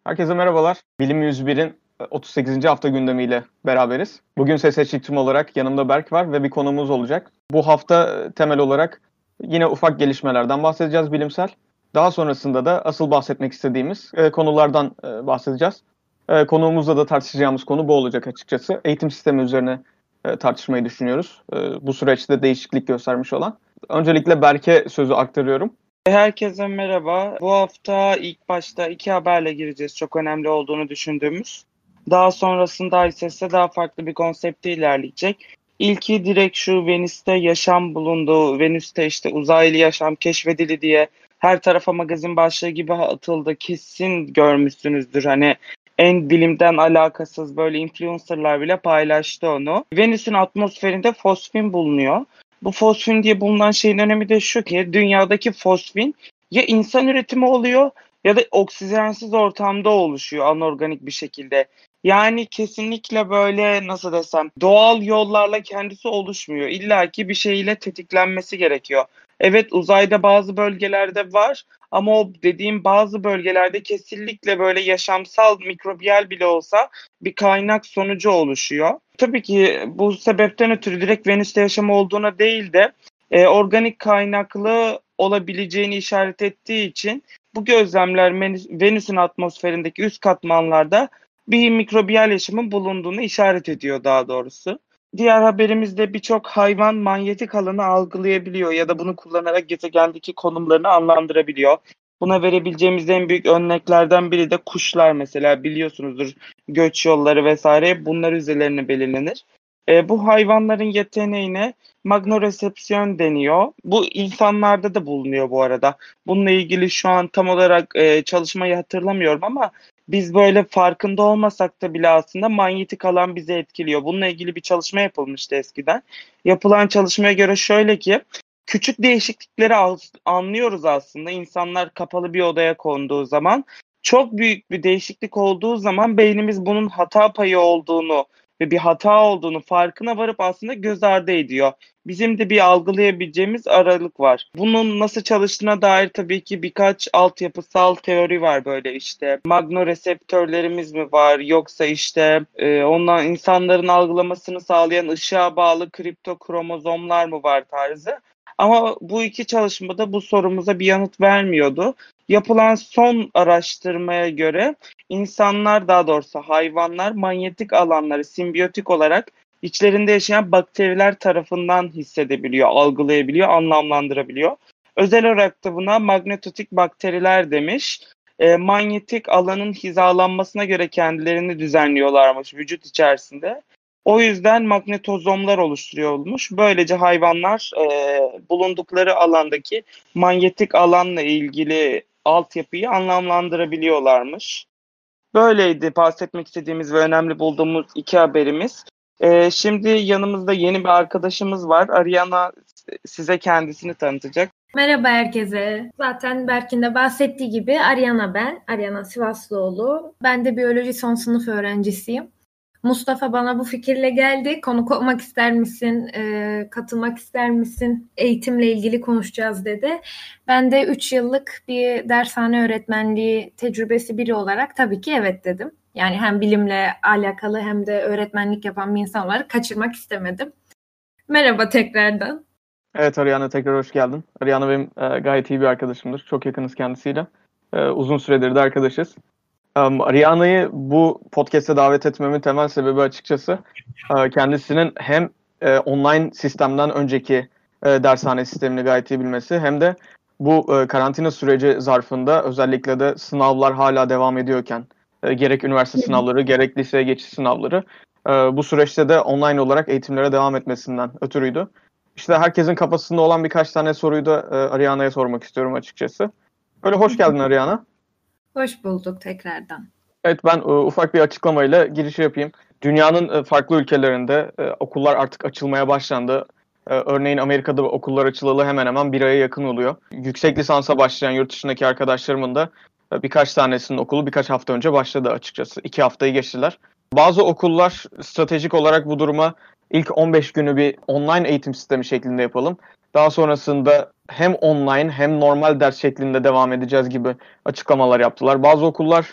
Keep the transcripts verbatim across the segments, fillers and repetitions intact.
Herkese merhabalar. Bilim yüz bir'in otuz sekizinci hafta gündemiyle beraberiz. Bugün ses seçikçim olarak yanımda Berk var ve bir konuğumuz olacak. Bu hafta temel olarak yine ufak gelişmelerden bahsedeceğiz bilimsel. Daha sonrasında da asıl bahsetmek istediğimiz e, konulardan e, bahsedeceğiz. E, konuğumuzla da tartışacağımız konu bu olacak açıkçası. Eğitim sistemi üzerine e, tartışmayı düşünüyoruz. E, bu süreçte değişiklik göstermiş olan. Öncelikle Berk'e sözü aktarıyorum. Herkese merhaba. Bu hafta ilk başta iki haberle gireceğiz. Çok önemli olduğunu düşündüğümüz. Daha sonrasında ise ise daha farklı bir konsepte ilerleyecek. İlki direkt şu Venüs'te yaşam bulundu. Venüs'te işte uzaylı yaşam keşfedildi diye her tarafa magazin başlığı gibi atıldı. Kesin görmüşsünüzdür. Hani en bilimden alakasız böyle influencerlar bile paylaştı onu. Venüs'ün atmosferinde fosfin bulunuyor. Bu fosfin diye bulunan şeyin önemi de şu ki dünyadaki fosfin ya insan üretimi oluyor ya da oksijensiz ortamda oluşuyor anorganik bir şekilde. Yani kesinlikle böyle nasıl desem doğal yollarla kendisi oluşmuyor. İlla ki bir şeyle tetiklenmesi gerekiyor. Evet, uzayda bazı bölgelerde var ama o dediğim bazı bölgelerde kesinlikle böyle yaşamsal mikrobiyal bile olsa bir kaynak sonucu oluşuyor. Tabii ki bu sebepten ötürü direkt Venüs'te yaşam olduğuna değil de e, organik kaynaklı olabileceğini işaret ettiği için bu gözlemler Venüs'ün atmosferindeki üst katmanlarda bir mikrobiyal yaşamın bulunduğunu işaret ediyor daha doğrusu. Diğer haberimizde birçok hayvan manyetik alanı algılayabiliyor ya da bunu kullanarak gezegendeki konumlarını anlamlandırabiliyor. Buna verebileceğimiz en büyük örneklerden biri de kuşlar, mesela biliyorsunuzdur, göç yolları vesaire bunlar üzerine belirlenir. E, bu hayvanların yeteneğine magnoresepsiyon deniyor. Bu insanlarda da bulunuyor bu arada. Bununla ilgili şu an tam olarak e, çalışmayı hatırlamıyorum ama biz böyle farkında olmasak da bile aslında manyetik alan bizi etkiliyor. Bununla ilgili bir çalışma yapılmıştı eskiden. Yapılan çalışmaya göre şöyle ki küçük değişiklikleri anlıyoruz aslında. İnsanlar kapalı bir odaya konduğu zaman çok büyük bir değişiklik olduğu zaman beynimiz bunun hata payı olduğunu ve bir hata olduğunu farkına varıp aslında göz ardı ediyor. Bizim de bir algılayabileceğimiz aralık var. Bunun nasıl çalıştığına dair tabii ki birkaç altyapısal teori var, böyle işte magnoreseptörlerimiz mi var yoksa işte e, ondan insanların algılamasını sağlayan ışığa bağlı kriptokromozomlar mı var tarzı. Ama bu iki çalışmada bu sorumuza bir yanıt vermiyordu. Yapılan son araştırmaya göre insanlar, daha doğrusu hayvanlar, manyetik alanları simbiyotik olarak içlerinde yaşayan bakteriler tarafından hissedebiliyor, algılayabiliyor, anlamlandırabiliyor. Özel olarak da buna magnetotik bakteriler demiş. E, manyetik alanın hizalanmasına göre kendilerini düzenliyorlarmış vücut içerisinde. O yüzden magnetozomlar oluşturuyormuş. Böylece hayvanlar e, bulundukları alandaki manyetik alanla ilgili altyapıyı anlamlandırabiliyorlarmış. Böyleydi bahsetmek istediğimiz ve önemli bulduğumuz iki haberimiz. E, şimdi yanımızda yeni bir arkadaşımız var. Ariana size kendisini tanıtacak. Merhaba herkese. Zaten Berk'in de bahsettiği gibi Ariana ben. Ariana Sivaslıoğlu. Ben de biyoloji son sınıf öğrencisiyim. Mustafa bana bu fikirle geldi. Konuk olmak ister misin? E, katılmak ister misin? Eğitimle ilgili konuşacağız dedi. Ben de üç yıllık bir dershane öğretmenliği tecrübesi biri olarak tabii ki evet dedim. Yani hem bilimle alakalı hem de öğretmenlik yapan bir insan olarak kaçırmak istemedim. Merhaba tekrardan. Evet Ariana, tekrar hoş geldin. Ariana benim e, gayet iyi bir arkadaşımdır. Çok yakınız kendisiyle. E, uzun süredir de arkadaşız. Um, Ariana'yı bu podcast'e davet etmemin temel sebebi açıkçası e, kendisinin hem e, online sistemden önceki e, dershane sistemini gayet iyi bilmesi hem de bu e, karantina süreci zarfında özellikle de sınavlar hala devam ediyorken e, gerek üniversite sınavları gerek liseye geçiş sınavları e, bu süreçte de online olarak eğitimlere devam etmesinden ötürüydü. İşte herkesin kafasında olan birkaç tane soruyu da e, Ariana'ya sormak istiyorum açıkçası. Böyle hoş geldin Ariana. Hoş bulduk tekrardan. Evet, ben e, ufak bir açıklamayla girişi yapayım. Dünyanın e, farklı ülkelerinde e, okullar artık açılmaya başlandı. E, örneğin Amerika'da okullar açılalı hemen hemen bir aya yakın oluyor. Yüksek lisansa başlayan yurt dışındaki arkadaşlarımın da e, birkaç tanesinin okulu birkaç hafta önce başladı açıkçası. İki haftayı geçtiler. Bazı okullar stratejik olarak bu duruma ilk on beş günü bir online eğitim sistemi şeklinde yapalım. Daha sonrasında hem online hem normal ders şeklinde devam edeceğiz gibi açıklamalar yaptılar. Bazı okullar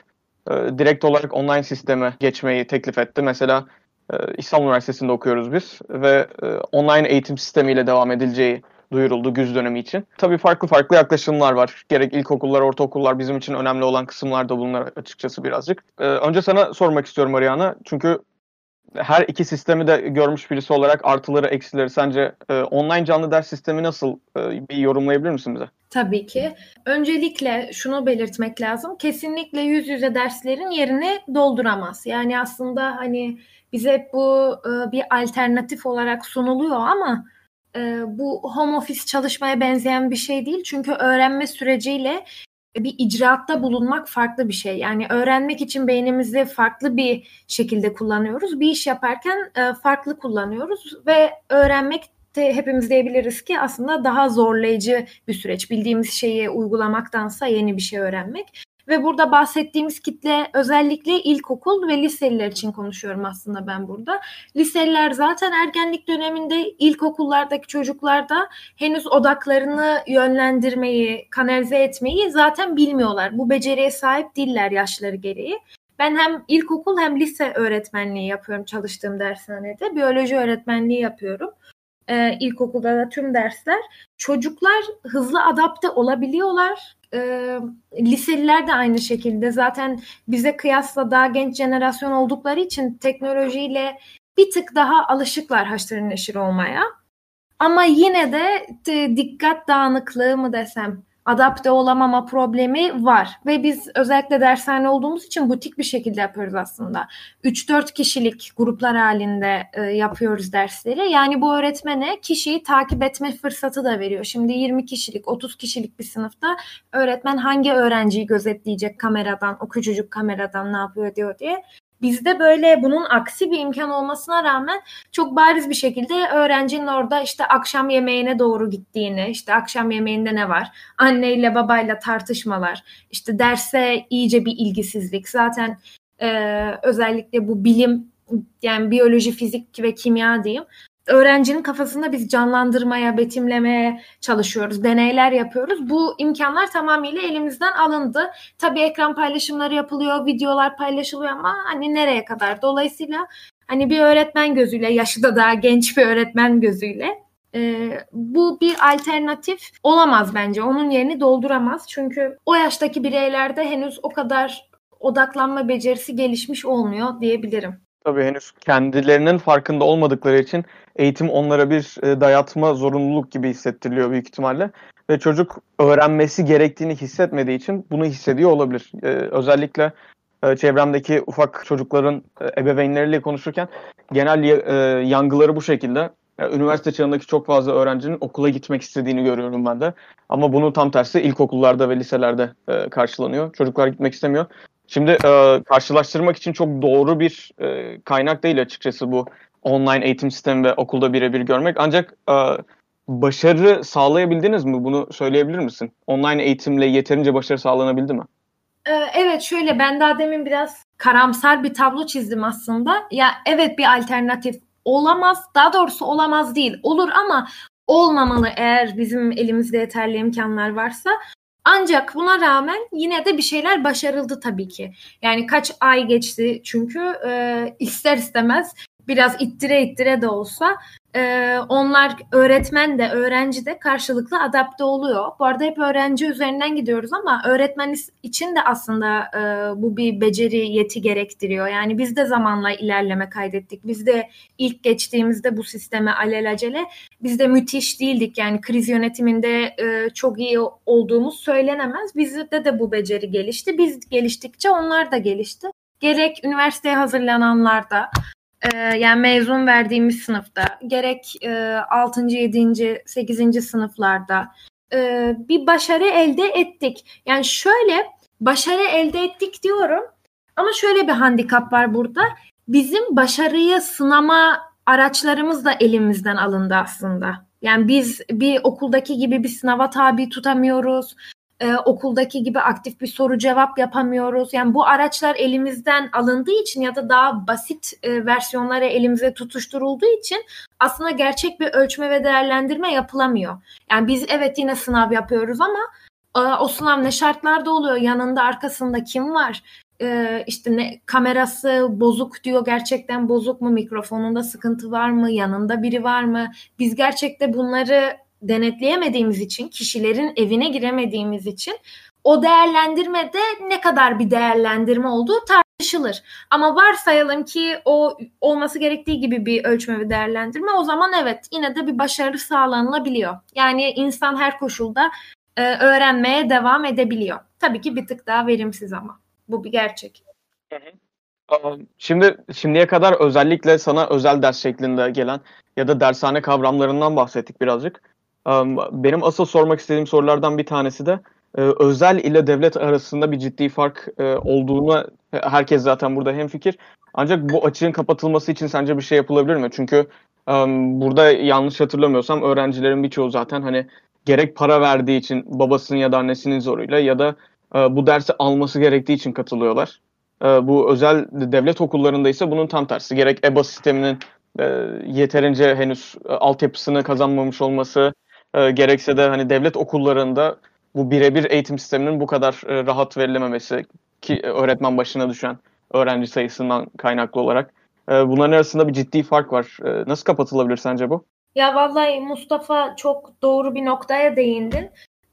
e, direkt olarak online sisteme geçmeyi teklif etti. Mesela e, İstanbul Üniversitesi'nde okuyoruz biz ve e, online eğitim sistemiyle devam edileceği duyuruldu güz dönemi için. Tabii farklı farklı yaklaşımlar var. Gerek ilkokullar, ortaokullar bizim için önemli olan kısımlar da bunlar açıkçası birazcık. E, önce sana sormak istiyorum Ariana. Çünkü her iki sistemi de görmüş birisi olarak artıları, eksileri sence e, online canlı ders sistemi nasıl, e, bir yorumlayabilir misin bize? Tabii ki. Öncelikle şunu belirtmek lazım. Kesinlikle yüz yüze derslerin yerini dolduramaz. Yani aslında hani bize bu e, bir alternatif olarak sunuluyor ama e, bu home office çalışmaya benzeyen bir şey değil. Çünkü öğrenme süreciyle bir icraatta bulunmak farklı bir şey. Yani öğrenmek için beynimizi farklı bir şekilde kullanıyoruz. Bir iş yaparken e, farklı kullanıyoruz ve öğrenmek de hepimiz diyebiliriz ki aslında daha zorlayıcı bir süreç. Bildiğimiz şeyi uygulamaktansa yeni bir şey öğrenmek. Ve burada bahsettiğimiz kitle özellikle ilkokul ve liseliler için konuşuyorum aslında ben burada. Liseliler zaten ergenlik döneminde, ilkokullardaki çocuklarda henüz odaklarını yönlendirmeyi, kanalize etmeyi zaten bilmiyorlar. Bu beceriye sahip değiller yaşları gereği. Ben hem ilkokul hem lise öğretmenliği yapıyorum çalıştığım dershanede. Biyoloji öğretmenliği yapıyorum. Ee, ilkokulda da tüm dersler. Çocuklar hızlı adapte olabiliyorlar. Ee, liseliler de aynı şekilde. Zaten bize kıyasla daha genç jenerasyon oldukları için teknolojiyle bir tık daha alışıklar haşır neşir olmaya. Ama yine de t- dikkat dağınıklığı mı desem, adapte olamama problemi var. Ve biz özellikle dershane olduğumuz için butik bir şekilde yapıyoruz aslında. üç dört kişilik gruplar halinde e, yapıyoruz dersleri. Yani bu öğretmene kişiyi takip etme fırsatı da veriyor. Şimdi yirmi kişilik, otuz kişilik bir sınıfta öğretmen hangi öğrenciyi gözetleyecek kameradan, o küçücük kameradan ne yapıyor diyor diye. Bizde böyle bunun aksi bir imkan olmasına rağmen çok bariz bir şekilde öğrencinin orada işte akşam yemeğine doğru gittiğini, işte akşam yemeğinde ne var? Anneyle babayla tartışmalar, işte derse iyice bir ilgisizlik. Zaten e, özellikle bu bilim, yani biyoloji, fizik ve kimya diyeyim. Öğrencinin kafasında biz canlandırmaya, betimlemeye çalışıyoruz. Deneyler yapıyoruz. Bu imkanlar tamamıyla elimizden alındı. Tabii ekran paylaşımları yapılıyor, videolar paylaşılıyor ama hani nereye kadar? Dolayısıyla hani bir öğretmen gözüyle, yaşı da daha genç bir öğretmen gözüyle e, bu bir alternatif olamaz bence. Onun yerini dolduramaz. Çünkü o yaştaki bireylerde henüz o kadar odaklanma becerisi gelişmiş olmuyor diyebilirim. Tabii henüz kendilerinin farkında olmadıkları için eğitim onlara bir e, dayatma zorunluluk gibi hissettiriliyor büyük ihtimalle. Ve çocuk öğrenmesi gerektiğini hissetmediği için bunu hissediyor olabilir. E, özellikle e, çevremdeki ufak çocukların e, ebeveynleriyle konuşurken genel e, yangıları bu şekilde. E, üniversite çağındaki çok fazla öğrencinin okula gitmek istediğini görüyorum ben de. Ama bunun tam tersi ilkokullarda ve liselerde e, karşılanıyor. Çocuklar gitmek istemiyor. Şimdi e, karşılaştırmak için çok doğru bir e, kaynak değil açıkçası bu online eğitim sistemi ve okulda birebir görmek. Ancak e, başarı sağlayabildiniz mi? Bunu söyleyebilir misin? Online eğitimle yeterince başarı sağlanabildi mi? Evet, şöyle ben daha demin biraz karamsar bir tablo çizdim aslında. Ya evet, bir alternatif olamaz. Daha doğrusu olamaz değil. Olur ama olmamalı eğer bizim elimizde yeterli imkanlar varsa. Ancak buna rağmen yine de bir şeyler başarıldı tabii ki. Yani kaç ay geçti çünkü e, ister istemez biraz ittire ittire de olsa e, onlar öğretmen de öğrenci de karşılıklı adapte oluyor. Bu arada hep öğrenci üzerinden gidiyoruz ama öğretmen için de aslında e, bu bir beceri, yeti gerektiriyor. Yani biz de zamanla ilerleme kaydettik. Biz de ilk geçtiğimizde bu sisteme alelacele biz de müthiş değildik. Yani kriz yönetiminde e, çok iyi olduğumuz söylenemez. Bizde de bu beceri gelişti. Biz geliştikçe onlar da gelişti. Gerek üniversiteye hazırlananlarda, Ee, yani mezun verdiğimiz sınıfta, gerek e, altıncı, yedinci, sekizinci sınıflarda e, bir başarı elde ettik. Yani şöyle başarı elde ettik diyorum ama şöyle bir handikap var burada. Bizim başarıyı sınama araçlarımız da elimizden alındı aslında. Yani biz bir okuldaki gibi bir sınava tabi tutamıyoruz. Ee, okuldaki gibi aktif bir soru cevap yapamıyoruz. Yani bu araçlar elimizden alındığı için ya da daha basit e, versiyonları elimize tutuşturulduğu için aslında gerçek bir ölçme ve değerlendirme yapılamıyor. Yani biz evet yine sınav yapıyoruz ama e, o sınav ne şartlarda oluyor? Yanında arkasında kim var? Ee, işte ne, kamerası bozuk diyor, gerçekten bozuk mu, mikrofonunda sıkıntı var mı, yanında biri var mı? Biz gerçekten bunları denetleyemediğimiz için, kişilerin evine giremediğimiz için o değerlendirmede ne kadar bir değerlendirme olduğu tartışılır. Ama varsayalım ki o olması gerektiği gibi bir ölçme ve değerlendirme, o zaman evet, yine de bir başarı sağlanılabiliyor. Yani insan her koşulda e, öğrenmeye devam edebiliyor. Tabii ki bir tık daha verimsiz ama. Bu bir gerçek. Şimdi şimdiye kadar özellikle sana özel ders şeklinde gelen ya da dershane kavramlarından bahsettik birazcık. Benim asıl sormak istediğim sorulardan bir tanesi de özel ile devlet arasında bir ciddi fark olduğunu herkes zaten burada hemfikir. Ancak bu açığın kapatılması için sence bir şey yapılabilir mi? Çünkü burada yanlış hatırlamıyorsam öğrencilerin birçoğu zaten hani gerek para verdiği için babasının ya da annesinin zoruyla ya da bu dersi alması gerektiği için katılıyorlar. Bu özel devlet okullarında ise bunun tam tersi. Gerek E B A sisteminin e, yeterince henüz e, altyapısını kazanmamış olması, e, gerekse de hani devlet okullarında bu birebir eğitim sisteminin bu kadar e, rahat verilememesi ki öğretmen başına düşen öğrenci sayısından kaynaklı olarak. E, bunların arasında bir ciddi fark var. E, nasıl kapatılabilir sence bu? Ya vallahi Mustafa, çok doğru bir noktaya değindin.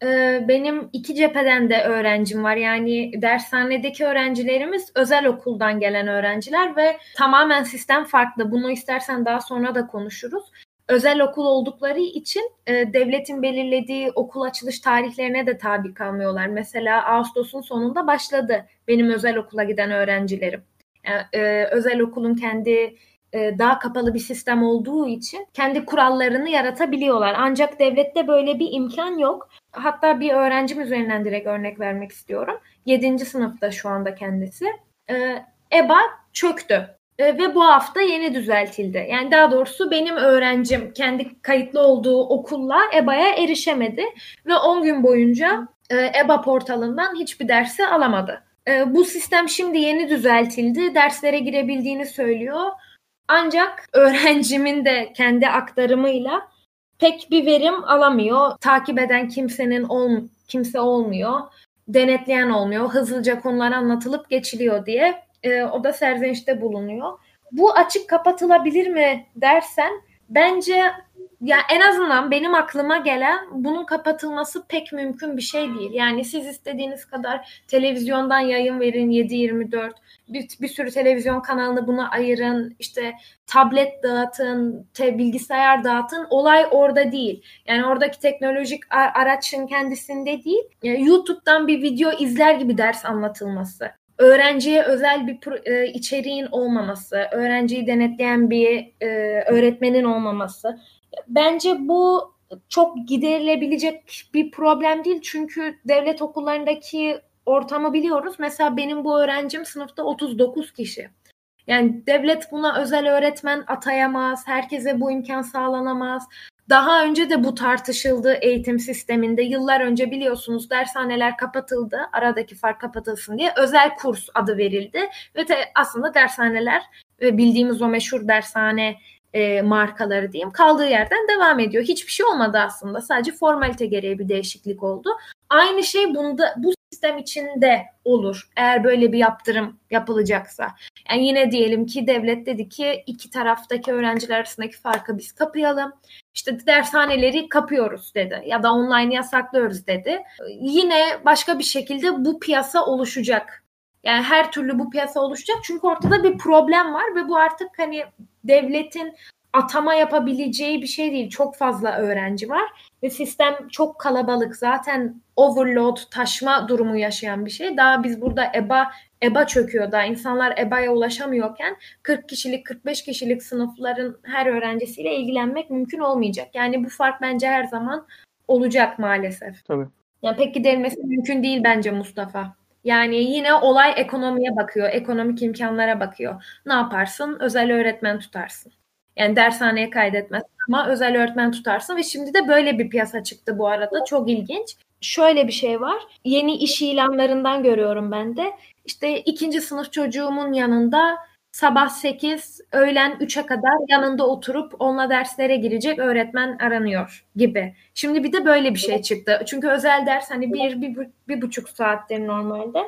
Benim iki cepheden de öğrencim var. Yani dershanedeki öğrencilerimiz özel okuldan gelen öğrenciler ve tamamen sistem farklı. Bunu istersen daha sonra da konuşuruz. Özel okul oldukları için e, devletin belirlediği okul açılış tarihlerine de tabi kalmıyorlar. Mesela Ağustos'un sonunda başladı benim özel okula giden öğrencilerim. Yani, e, özel okulun kendi e, daha kapalı bir sistem olduğu için kendi kurallarını yaratabiliyorlar. Ancak devlette böyle bir imkan yok. Hatta bir öğrencim üzerinden direkt örnek vermek istiyorum. yedinci sınıfta şu anda kendisi. E, E B A çöktü. E, ve bu hafta yeni düzeltildi. Yani daha doğrusu benim öğrencim kendi kayıtlı olduğu okulla E B A'ya erişemedi. Ve on gün boyunca e, E B A portalından hiçbir dersi alamadı. E, bu sistem şimdi yeni düzeltildi. Derslere girebildiğini söylüyor. Ancak öğrencimin de kendi aktarımıyla pek bir verim alamıyor. Takip eden kimsenin ol, kimse olmuyor. Denetleyen olmuyor. Hızlıca konular anlatılıp geçiliyor diye e, o da serzenişte bulunuyor. Bu açık kapatılabilir mi dersen, bence ya en azından benim aklıma gelen, bunun kapatılması pek mümkün bir şey değil. Yani siz istediğiniz kadar televizyondan yayın verin yedi yirmi dört. Bir, bir sürü televizyon kanalını buna ayırın. İşte tablet dağıtın, te, bilgisayar dağıtın. Olay orada değil. Yani oradaki teknolojik araçın kendisinde değil. Yani YouTube'dan bir video izler gibi ders anlatılması. Öğrenciye özel bir e, içeriğin olmaması, öğrenciyi denetleyen bir e, öğretmenin olmaması. Bence bu çok giderilebilecek bir problem değil. Çünkü devlet okullarındaki ortamı biliyoruz. Mesela benim bu öğrencim sınıfta otuz dokuz kişi. Yani devlet buna özel öğretmen atayamaz, herkese bu imkan sağlanamaz. Daha önce de bu tartışıldı eğitim sisteminde. Yıllar önce biliyorsunuz dershaneler kapatıldı, aradaki fark kapatılsın diye özel kurs adı verildi. Ve te, aslında dershaneler ve bildiğimiz o meşhur dershane e, markaları diyeyim kaldığı yerden devam ediyor. Hiçbir şey olmadı aslında, sadece formalite gereği bir değişiklik oldu. Aynı şey bunda, bu sistem içinde olur eğer böyle bir yaptırım yapılacaksa. Yani yine diyelim ki devlet dedi ki iki taraftaki öğrenciler arasındaki farkı biz kapayalım. İşte dershaneleri kapıyoruz dedi ya da online yasaklıyoruz dedi. Yine başka bir şekilde bu piyasa oluşacak. Yani her türlü bu piyasa oluşacak çünkü ortada bir problem var ve bu artık hani devletin atama yapabileceği bir şey değil. Çok fazla öğrenci var ve sistem çok kalabalık. Zaten overload, taşma durumu yaşayan bir şey. Daha biz burada E B A E B A çöküyor daha. İnsanlar E B A'ya ulaşamıyorken kırk kişilik, kırk beş kişilik sınıfların her öğrencisiyle ilgilenmek mümkün olmayacak. Yani bu fark bence her zaman olacak maalesef. Tabii. Yani pek giderilmesi mümkün değil bence Mustafa. Yani yine olay ekonomiye bakıyor, ekonomik imkanlara bakıyor. Ne yaparsın? Özel öğretmen tutarsın. Yani dershaneye kaydetmezsin ama özel öğretmen tutarsın ve şimdi de böyle bir piyasa çıktı bu arada. Çok ilginç. Şöyle bir şey var. Yeni iş ilanlarından görüyorum ben de. İşte ikinci sınıf çocuğumun yanında sabah sekiz, öğlen üçe kadar yanında oturup onunla derslere girecek öğretmen aranıyor gibi. Şimdi bir de böyle bir şey çıktı. Çünkü özel ders hani bir, bir, bir buçuk saattir normalde.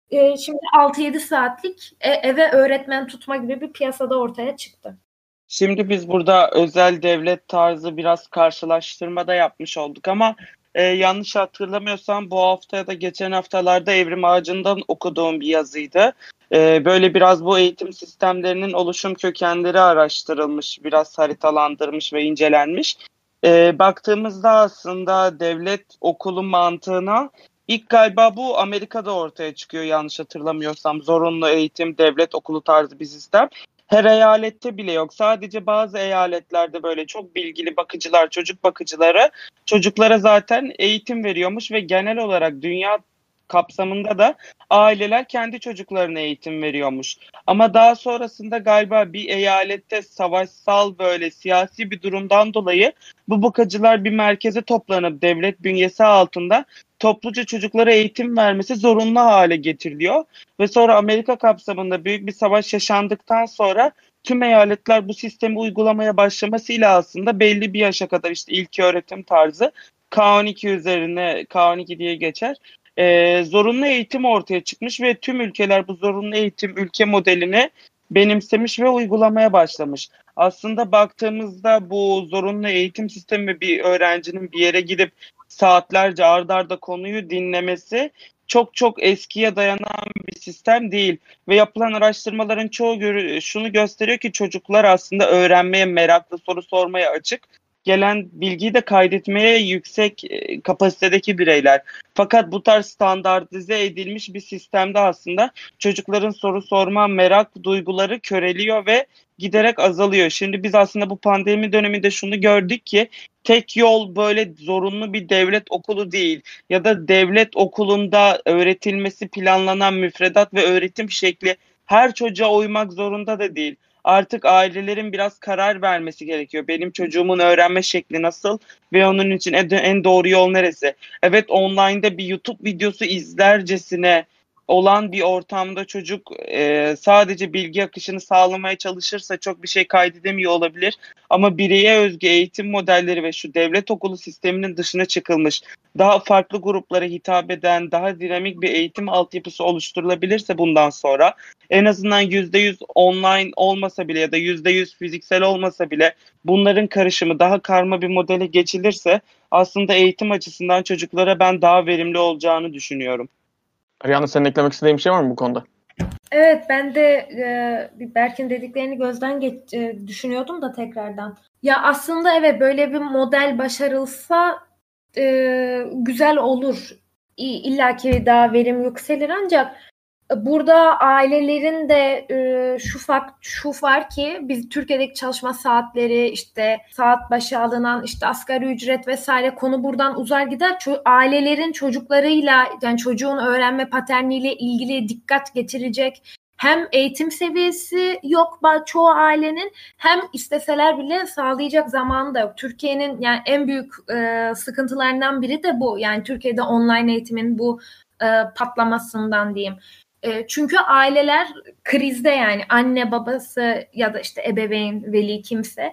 e, şimdi altı yedi saatlik e, eve öğretmen tutma gibi bir piyasada ortaya çıktı. Şimdi biz burada özel devlet tarzı biraz karşılaştırma da yapmış olduk ama e, yanlış hatırlamıyorsam bu hafta ya da geçen haftalarda Evrim Ağacı'ndan okuduğum bir yazıydı. E, böyle biraz bu eğitim sistemlerinin oluşum kökenleri araştırılmış, biraz haritalandırmış ve incelenmiş. E, baktığımızda aslında devlet okulu mantığına ilk galiba bu Amerika'da ortaya çıkıyor yanlış hatırlamıyorsam. Zorunlu eğitim, devlet okulu tarzı bir sistem. Her eyalette bile yok. Sadece bazı eyaletlerde böyle çok bilgili bakıcılar, çocuk bakıcıları çocuklara zaten eğitim veriyormuş ve genel olarak dünya kapsamında da aileler kendi çocuklarına eğitim veriyormuş. Ama daha sonrasında galiba bir eyalette savaşsal böyle siyasi bir durumdan dolayı bu bakıcılar bir merkeze toplanıp devlet bünyesi altında topluca çocuklara eğitim vermesi zorunlu hale getiriliyor. Ve sonra Amerika kapsamında büyük bir savaş yaşandıktan sonra tüm eyaletler bu sistemi uygulamaya başlamasıyla aslında belli bir yaşa kadar işte ilköğretim tarzı K on iki üzerine K on iki diye geçer. Ee, zorunlu eğitim ortaya çıkmış ve tüm ülkeler bu zorunlu eğitim ülke modelini benimsemiş ve uygulamaya başlamış. Aslında baktığımızda bu zorunlu eğitim sistemi bir öğrencinin bir yere gidip saatlerce ard arda konuyu dinlemesi çok çok eskiye dayanan bir sistem değil ve yapılan araştırmaların çoğu gö- şunu gösteriyor ki çocuklar aslında öğrenmeye meraklı, soru sormaya açık, gelen bilgiyi de kaydetmeye yüksek e, kapasitedeki bireyler. Fakat bu tarz standartize edilmiş bir sistemde aslında çocukların soru sorma merak duyguları köreliyor ve giderek azalıyor. Şimdi biz aslında bu pandemi döneminde şunu gördük ki tek yol böyle zorunlu bir devlet okulu değil ya da devlet okulunda öğretilmesi planlanan müfredat ve öğretim şekli her çocuğa uymak zorunda da değil. Artık ailelerin biraz karar vermesi gerekiyor. Benim çocuğumun öğrenme şekli nasıl ve onun için en doğru yol neresi? Evet, online'da bir YouTube videosu izlercesine olan bir ortamda çocuk e, sadece bilgi akışını sağlamaya çalışırsa çok bir şey kaydedemiyor olabilir. Ama bireye özgü eğitim modelleri ve şu devlet okulu sisteminin dışına çıkılmış, daha farklı gruplara hitap eden, daha dinamik bir eğitim altyapısı oluşturulabilirse bundan sonra en azından yüzde yüz online olmasa bile ya da yüzde yüz fiziksel olmasa bile bunların karışımı daha karma bir modele geçilirse aslında eğitim açısından çocuklara ben daha verimli olacağını düşünüyorum. Ariana, senin eklemek istediğin bir şey var mı bu konuda? Evet, ben de e, Berk'in dediklerini gözden geç, e, düşünüyordum da tekrardan. Ya aslında evet, böyle bir model başarılsa e, güzel olur. İlla ki daha verim yükselir, ancak burada ailelerin de e, şu fakt şu var ki biz Türkiye'deki çalışma saatleri, işte saat başı alınan işte asgari ücret vesaire, konu buradan uzar gider. Ço- ailelerin çocuklarıyla, yani çocuğun öğrenme paterniyle ilgili dikkat getirecek hem eğitim seviyesi yok çoğu ailenin, hem isteseler bile sağlayacak zamanı da yok. Türkiye'nin yani en büyük e, sıkıntılarından biri de bu. Yani Türkiye'de online eğitimin bu e, patlamasından diyeyim. Çünkü aileler krizde, yani anne babası ya da işte ebeveyn, veli kimse,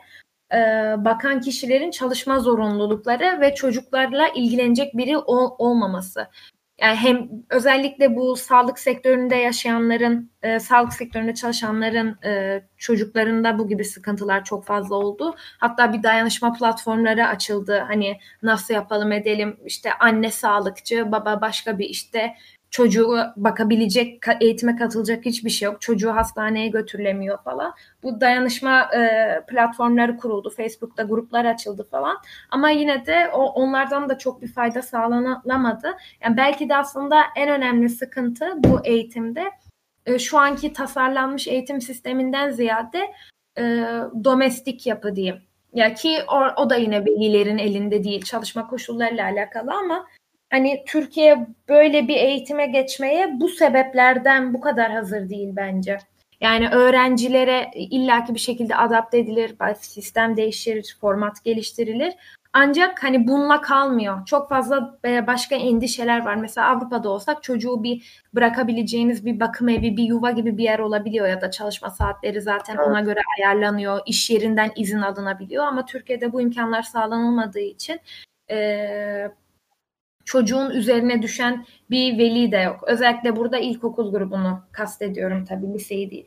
bakan kişilerin çalışma zorunlulukları ve çocuklarla ilgilenecek biri ol, olmaması. Yani hem özellikle bu sağlık sektöründe yaşayanların, e, sağlık sektöründe çalışanların e, çocuklarında bu gibi sıkıntılar çok fazla oldu. Hatta bir dayanışma platformları açıldı. Hani nasıl yapalım edelim, işte anne sağlıkçı, baba başka bir işte, çocuğu bakabilecek, eğitime katılacak hiçbir şey yok. Çocuğu hastaneye götürülemiyor falan. Bu dayanışma e, platformları kuruldu. Facebook'ta gruplar açıldı falan. Ama yine de o, onlardan da çok bir fayda sağlanamadı. Yani belki de aslında en önemli sıkıntı bu eğitimde e, şu anki tasarlanmış eğitim sisteminden ziyade e, domestik yapı diyeyim. Ya ki o, o da yine velilerin elinde değil, çalışma koşullarıyla alakalı, ama hani Türkiye böyle bir eğitime geçmeye bu sebeplerden bu kadar hazır değil bence. Yani öğrencilere illaki bir şekilde adapte edilir, sistem değişir, format geliştirilir. Ancak hani bununla kalmıyor. Çok fazla başka endişeler var. Mesela Avrupa'da olsak çocuğu bir bırakabileceğiniz bir bakım evi, bir yuva gibi bir yer olabiliyor ya da çalışma saatleri zaten Evet. ona göre ayarlanıyor. İş yerinden izin alınabiliyor, ama Türkiye'de bu imkanlar sağlanılmadığı için e, çocuğun üzerine düşen bir veli de yok. Özellikle burada ilkokul grubunu kastediyorum tabii, liseyi değil.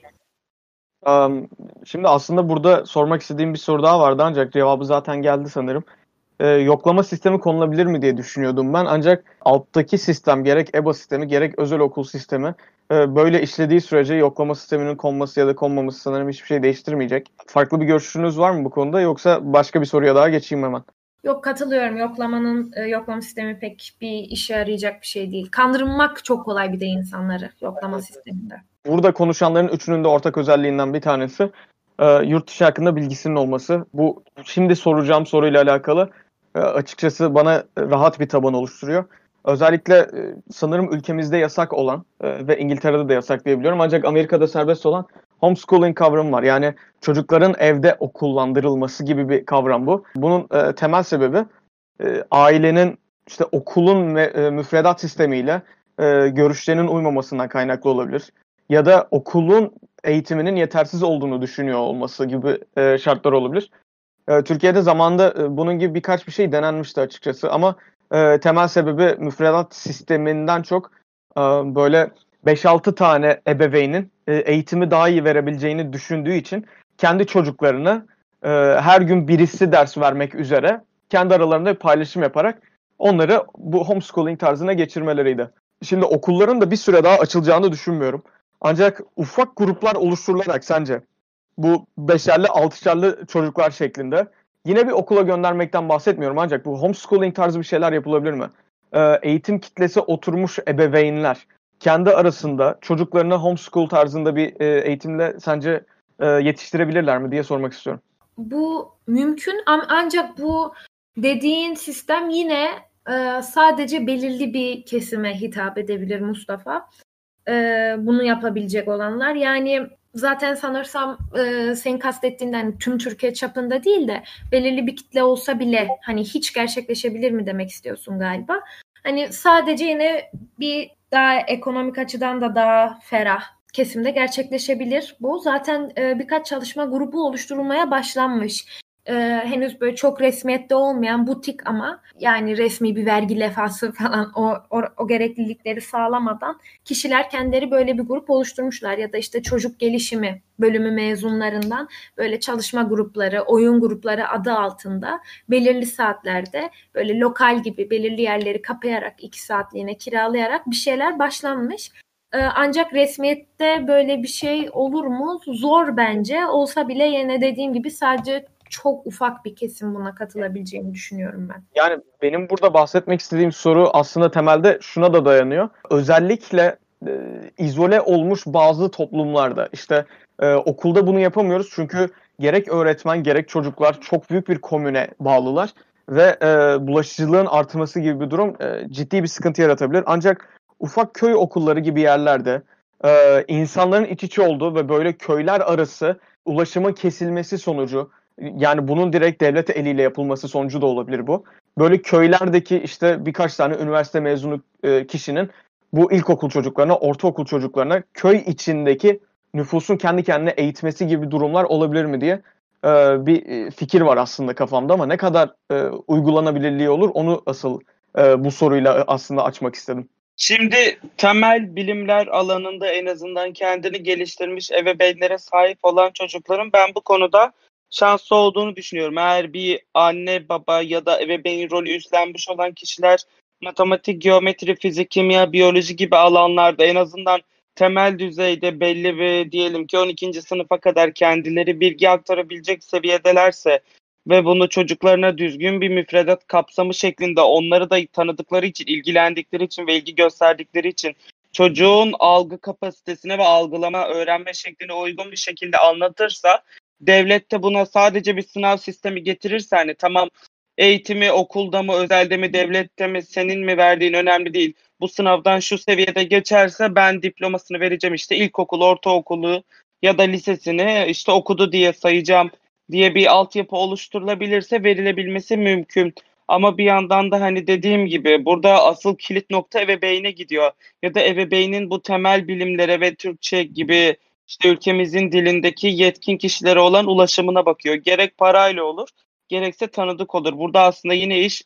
Um, şimdi aslında burada sormak istediğim bir soru daha vardı ancak cevabı zaten geldi sanırım. Ee, yoklama sistemi konulabilir mi diye düşünüyordum ben. Ancak alttaki sistem gerek E B A sistemi gerek özel okul sistemi e, böyle işlediği sürece yoklama sisteminin konması ya da konmaması sanırım hiçbir şey değiştirmeyecek. Farklı bir görüşünüz var mı bu konuda, yoksa başka bir soruya daha geçeyim hemen? Yok, katılıyorum. Yoklamanın e, yoklama sistemi pek bir işe yarayacak bir şey değil. Kandırmak çok kolay bir de insanları yoklama sisteminde. Burada konuşanların üçünün de ortak özelliğinden bir tanesi e, yurt dışı hakkında bilgisinin olması. Bu şimdi soracağım soruyla alakalı e, açıkçası bana rahat bir taban oluşturuyor. Özellikle e, sanırım ülkemizde yasak olan e, ve İngiltere'de de yasak diyebiliyorum. Ancak Amerika'da serbest olan homeschooling kavramı var. Yani çocukların evde okullandırılması gibi bir kavram bu. Bunun e, temel sebebi e, ailenin işte okulun ve e, müfredat sistemiyle e, görüşlerinin uymamasından kaynaklı olabilir. Ya da okulun eğitiminin yetersiz olduğunu düşünüyor olması gibi e, şartlar olabilir. E, Türkiye'de zamanında e, bunun gibi birkaç bir şey denenmişti açıkçası ama e, temel sebebi müfredat sisteminden çok e, böyle beş altı tane ebeveynin e, eğitimi daha iyi verebileceğini düşündüğü için kendi çocuklarını e, her gün birisi ders vermek üzere kendi aralarında bir paylaşım yaparak onları bu homeschooling tarzına geçirmeleriydi. Şimdi okulların da bir süre daha açılacağını düşünmüyorum. Ancak ufak gruplar oluşturularak sence bu beşerli, altışarlı çocuklar şeklinde yine bir okula göndermekten bahsetmiyorum, ancak bu homeschooling tarzı bir şeyler yapılabilir mi? Ee, eğitim kitlesi oturmuş ebeveynler kendi arasında çocuklarını homeschool tarzında bir e, eğitimle sence e, yetiştirebilirler mi diye sormak istiyorum. Bu mümkün ancak bu dediğin sistem yine e, sadece belirli bir kesime hitap edebilir Mustafa. E, bunu yapabilecek olanlar. Yani zaten sanırsam e, senin kastettiğinden tüm Türkiye çapında değil de belirli bir kitle olsa bile hani hiç gerçekleşebilir mi demek istiyorsun galiba. Hani sadece yine bir daha ekonomik açıdan da daha ferah kesimde gerçekleşebilir bu. Zaten e, birkaç çalışma grubu oluşturulmaya başlanmış. E, henüz böyle çok resmiyette olmayan butik ama yani resmi bir vergi lefası falan o, o, o gereklilikleri sağlamadan kişiler kendileri böyle bir grup oluşturmuşlar ya da işte çocuk gelişimi bölümü mezunlarından böyle çalışma grupları, oyun grupları adı altında belirli saatlerde böyle lokal gibi belirli yerleri kapayarak iki saatliğine kiralayarak bir şeyler başlanmış. Ancak resmiyette böyle bir şey olur mu? Zor bence. Olsa bile yine dediğim gibi sadece çok ufak bir kesim buna katılabileceğini düşünüyorum ben. Yani benim burada bahsetmek istediğim soru aslında temelde şuna da dayanıyor. Özellikle e, izole olmuş bazı toplumlarda işte e, okulda bunu yapamıyoruz çünkü gerek öğretmen gerek çocuklar çok büyük bir komüne bağlılar ve e, bulaşıcılığın artması gibi bir durum e, ciddi bir sıkıntı yaratabilir. Ancak ufak köy okulları gibi yerlerde e, insanların iç içe olduğu ve böyle köyler arası ulaşımın kesilmesi sonucu, yani bunun direkt devlet eliyle yapılması sonucu da olabilir bu. Böyle köylerdeki işte birkaç tane üniversite mezunu e, kişinin bu ilkokul çocuklarına, ortaokul çocuklarına köy içindeki nüfusun kendi kendine eğitmesi gibi durumlar olabilir mi diye e, bir fikir var aslında kafamda ama ne kadar e, uygulanabilirliği olur onu asıl e, bu soruyla aslında açmak istedim. Şimdi temel bilimler alanında en azından kendini geliştirmiş ebeveynlere sahip olan çocukların ben bu konuda şanslı olduğunu düşünüyorum. Eğer bir anne, baba ya da ebeveyn rolü üstlenmiş olan kişiler matematik, geometri, fizik, kimya, biyoloji gibi alanlarda en azından temel düzeyde belli ve diyelim ki on ikinci sınıfa kadar kendileri bilgi aktarabilecek seviyedelerse ve bunu çocuklarına düzgün bir müfredat kapsamı şeklinde onları da tanıdıkları için, ilgilendikleri için ve ilgi gösterdikleri için çocuğun algı kapasitesine ve algılama, öğrenme şekline uygun bir şekilde anlatırsa, devlet de buna sadece bir sınav sistemi getirirse hani tamam eğitimi okulda mı, özelde mi, devlette mi, senin mi verdiğin önemli değil. Bu sınavdan şu seviyede geçerse ben diplomasını vereceğim, işte ilkokul, ortaokulu ya da lisesini işte okudu diye sayacağım diye bir altyapı oluşturulabilirse verilebilmesi mümkün. Ama bir yandan da hani dediğim gibi burada asıl kilit nokta ebeveyne gidiyor. Ya da ebeveynin bu temel bilimlere ve Türkçe gibi işte ülkemizin dilindeki yetkin kişilere olan ulaşımına bakıyor. Gerek parayla olur, gerekse tanıdık olur. Burada aslında yine iş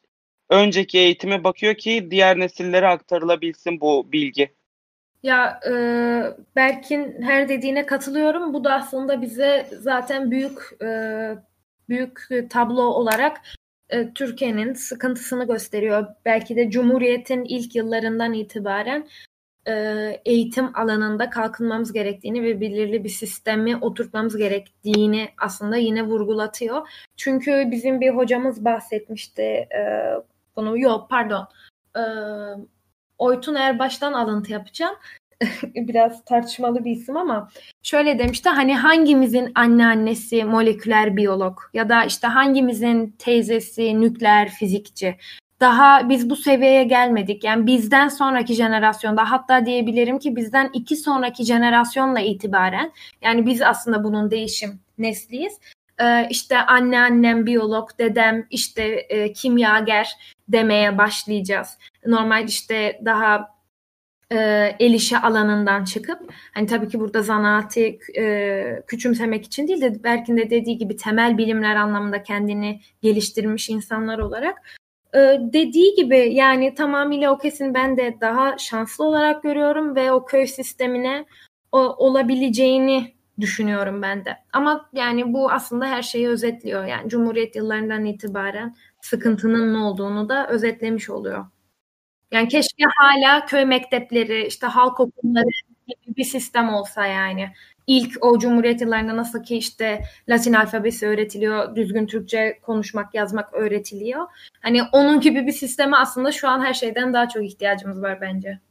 önceki eğitime bakıyor ki diğer nesillere aktarılabilsin bu bilgi. Ya e, Berk'in her dediğine katılıyorum. Bu da aslında bize zaten büyük e, büyük tablo olarak e, Türkiye'nin sıkıntısını gösteriyor. Belki de Cumhuriyet'in ilk yıllarından itibaren e, eğitim alanında kalkınmamız gerektiğini ve belirli bir sistemi oturtmamız gerektiğini aslında yine vurgulatıyor. Çünkü bizim bir hocamız bahsetmişti e, bunu. Yok pardon. E, Oytun Erbaş'tan alıntı yapacağım. Biraz tartışmalı bir isim ama şöyle demişti, hani hangimizin anneannesi moleküler biyolog ya da işte hangimizin teyzesi nükleer fizikçi. Daha biz bu seviyeye gelmedik. Yani bizden sonraki jenerasyonda, hatta diyebilirim ki bizden iki sonraki jenerasyonla itibaren, yani biz aslında bunun değişim nesliyiz. Ee, işte anneannem biyolog, dedem işte e, kimyager demeye başlayacağız. Normal işte daha e, el işi alanından çıkıp, hani tabii ki burada zanaati e, küçümsemek için değil de Berk'in de dediği gibi temel bilimler anlamında kendini geliştirmiş insanlar olarak e, dediği gibi, yani tamamıyla o kesin ben de daha şanslı olarak görüyorum ve o köy sistemine o, olabileceğini düşünüyorum ben de. Ama yani bu aslında her şeyi özetliyor. Yani Cumhuriyet yıllarından itibaren sıkıntının ne olduğunu da özetlemiş oluyor. Yani keşke hala köy mektepleri, işte halk okulları gibi bir sistem olsa yani. İlk o Cumhuriyet yıllarında nasıl ki işte Latin alfabesi öğretiliyor, düzgün Türkçe konuşmak, yazmak öğretiliyor. Hani onun gibi bir sisteme aslında şu an her şeyden daha çok ihtiyacımız var bence.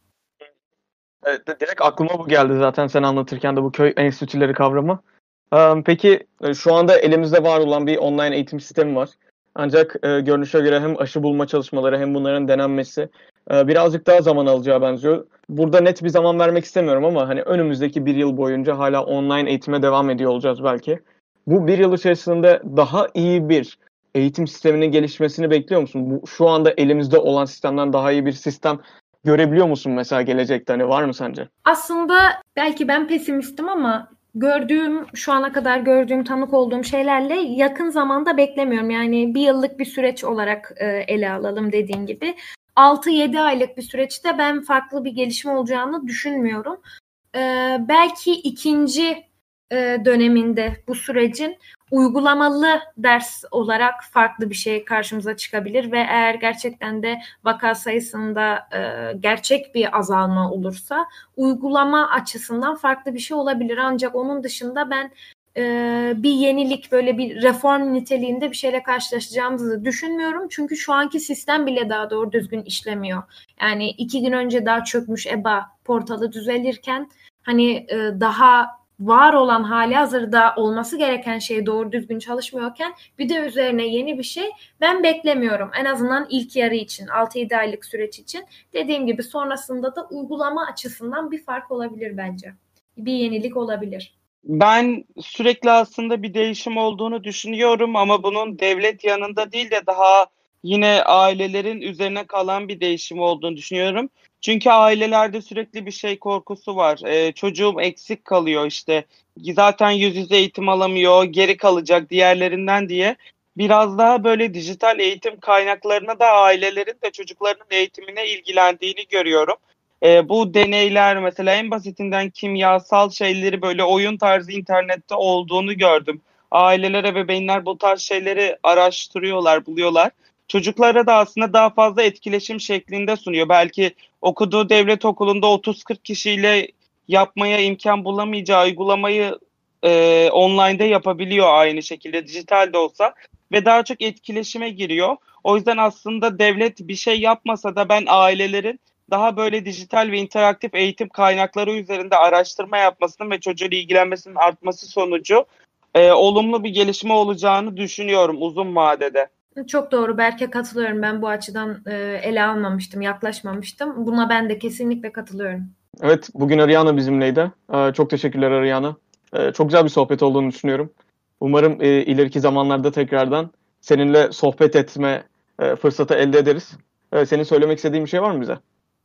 Evet, direkt aklıma bu geldi zaten sen anlatırken de bu köy enstitüleri kavramı. Ee, Peki şu anda elimizde var olan bir online eğitim sistemi var. Ancak e, görünüşe göre hem aşı bulma çalışmaları hem bunların denenmesi e, birazcık daha zaman alacağı benziyor. Burada net bir zaman vermek istemiyorum ama hani önümüzdeki bir yıl boyunca hala online eğitime devam ediyor olacağız belki. Bu bir yıl içerisinde daha iyi bir eğitim sisteminin gelişmesini bekliyor musun? Bu, şu anda elimizde olan sistemden daha iyi bir sistem görebiliyor musun mesela gelecekte? Hani var mı sence? Aslında belki ben pesimistim ama gördüğüm, şu ana kadar gördüğüm, tanık olduğum şeylerle yakın zamanda beklemiyorum. Yani bir yıllık bir süreç olarak e, ele alalım dediğim gibi. altı yedi aylık bir süreçte ben farklı bir gelişme olacağını düşünmüyorum. E, belki ikinci e, döneminde bu sürecin uygulamalı ders olarak farklı bir şey karşımıza çıkabilir ve eğer gerçekten de vaka sayısında e, gerçek bir azalma olursa uygulama açısından farklı bir şey olabilir. Ancak onun dışında ben e, bir yenilik, böyle bir reform niteliğinde bir şeyle karşılaşacağımızı düşünmüyorum. Çünkü şu anki sistem bile daha doğru düzgün işlemiyor. Yani iki gün önce daha çökmüş E B A portalı düzelirken hani e, daha var olan, hali hazırda olması gereken şey doğru düzgün çalışmıyorken bir de üzerine yeni bir şey ben beklemiyorum. En azından ilk yarı için, altı yedi aylık süreç için. Dediğim gibi sonrasında da uygulama açısından bir fark olabilir bence. Bir yenilik olabilir. Ben sürekli aslında bir değişim olduğunu düşünüyorum ama bunun devlet yanında değil de daha yine ailelerin üzerine kalan bir değişim olduğunu düşünüyorum. Çünkü ailelerde sürekli bir şey korkusu var. Ee, çocuğum eksik kalıyor işte. Zaten yüz yüze eğitim alamıyor, geri kalacak diğerlerinden diye. Biraz daha böyle dijital eğitim kaynaklarına da ailelerin de çocuklarının eğitimine ilgilendiğini görüyorum. E, bu deneyler mesela en basitinden kimyasal şeyleri böyle oyun tarzı internette olduğunu gördüm. Aileler, ebeveynler bu tarz şeyleri araştırıyorlar, buluyorlar. Çocuklara da aslında daha fazla etkileşim şeklinde sunuyor. Belki okuduğu devlet okulunda otuz kırk kişiyle yapmaya imkan bulamayacağı uygulamayı e, online'da yapabiliyor aynı şekilde dijital de olsa ve daha çok etkileşime giriyor. O yüzden aslında devlet bir şey yapmasa da ben ailelerin daha böyle dijital ve interaktif eğitim kaynakları üzerinde araştırma yapmasının ve çocuğun ilgilenmesinin artması sonucu e, olumlu bir gelişme olacağını düşünüyorum uzun vadede. Çok doğru, Berk'e katılıyorum. Ben bu açıdan e, ele almamıştım, yaklaşmamıştım. Buna ben de kesinlikle katılıyorum. Evet, bugün Ariana bizimleydi. Ee, çok teşekkürler Ariana. Ee, çok güzel bir sohbet olduğunu düşünüyorum. Umarım e, ileriki zamanlarda tekrardan seninle sohbet etme e, fırsatı elde ederiz. Ee, senin söylemek istediğin bir şey var mı bize?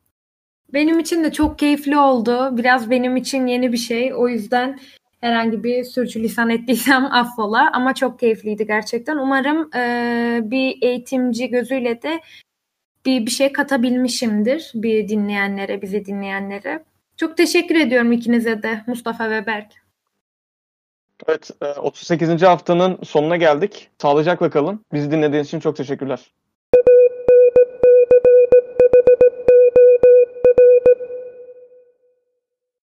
Benim için de çok keyifli oldu. Biraz benim için yeni bir şey. O yüzden herhangi bir sürçülisan ettiysem affola. Ama çok keyifliydi gerçekten. Umarım e, bir eğitimci gözüyle de bir, bir şey katabilmişimdir bir dinleyenlere, bizi dinleyenlere. Çok teşekkür ediyorum ikinize de, Mustafa ve Berk. Evet, otuz sekizinci haftanın sonuna geldik. Sağlıcakla kalın. Bizi dinlediğiniz için çok teşekkürler.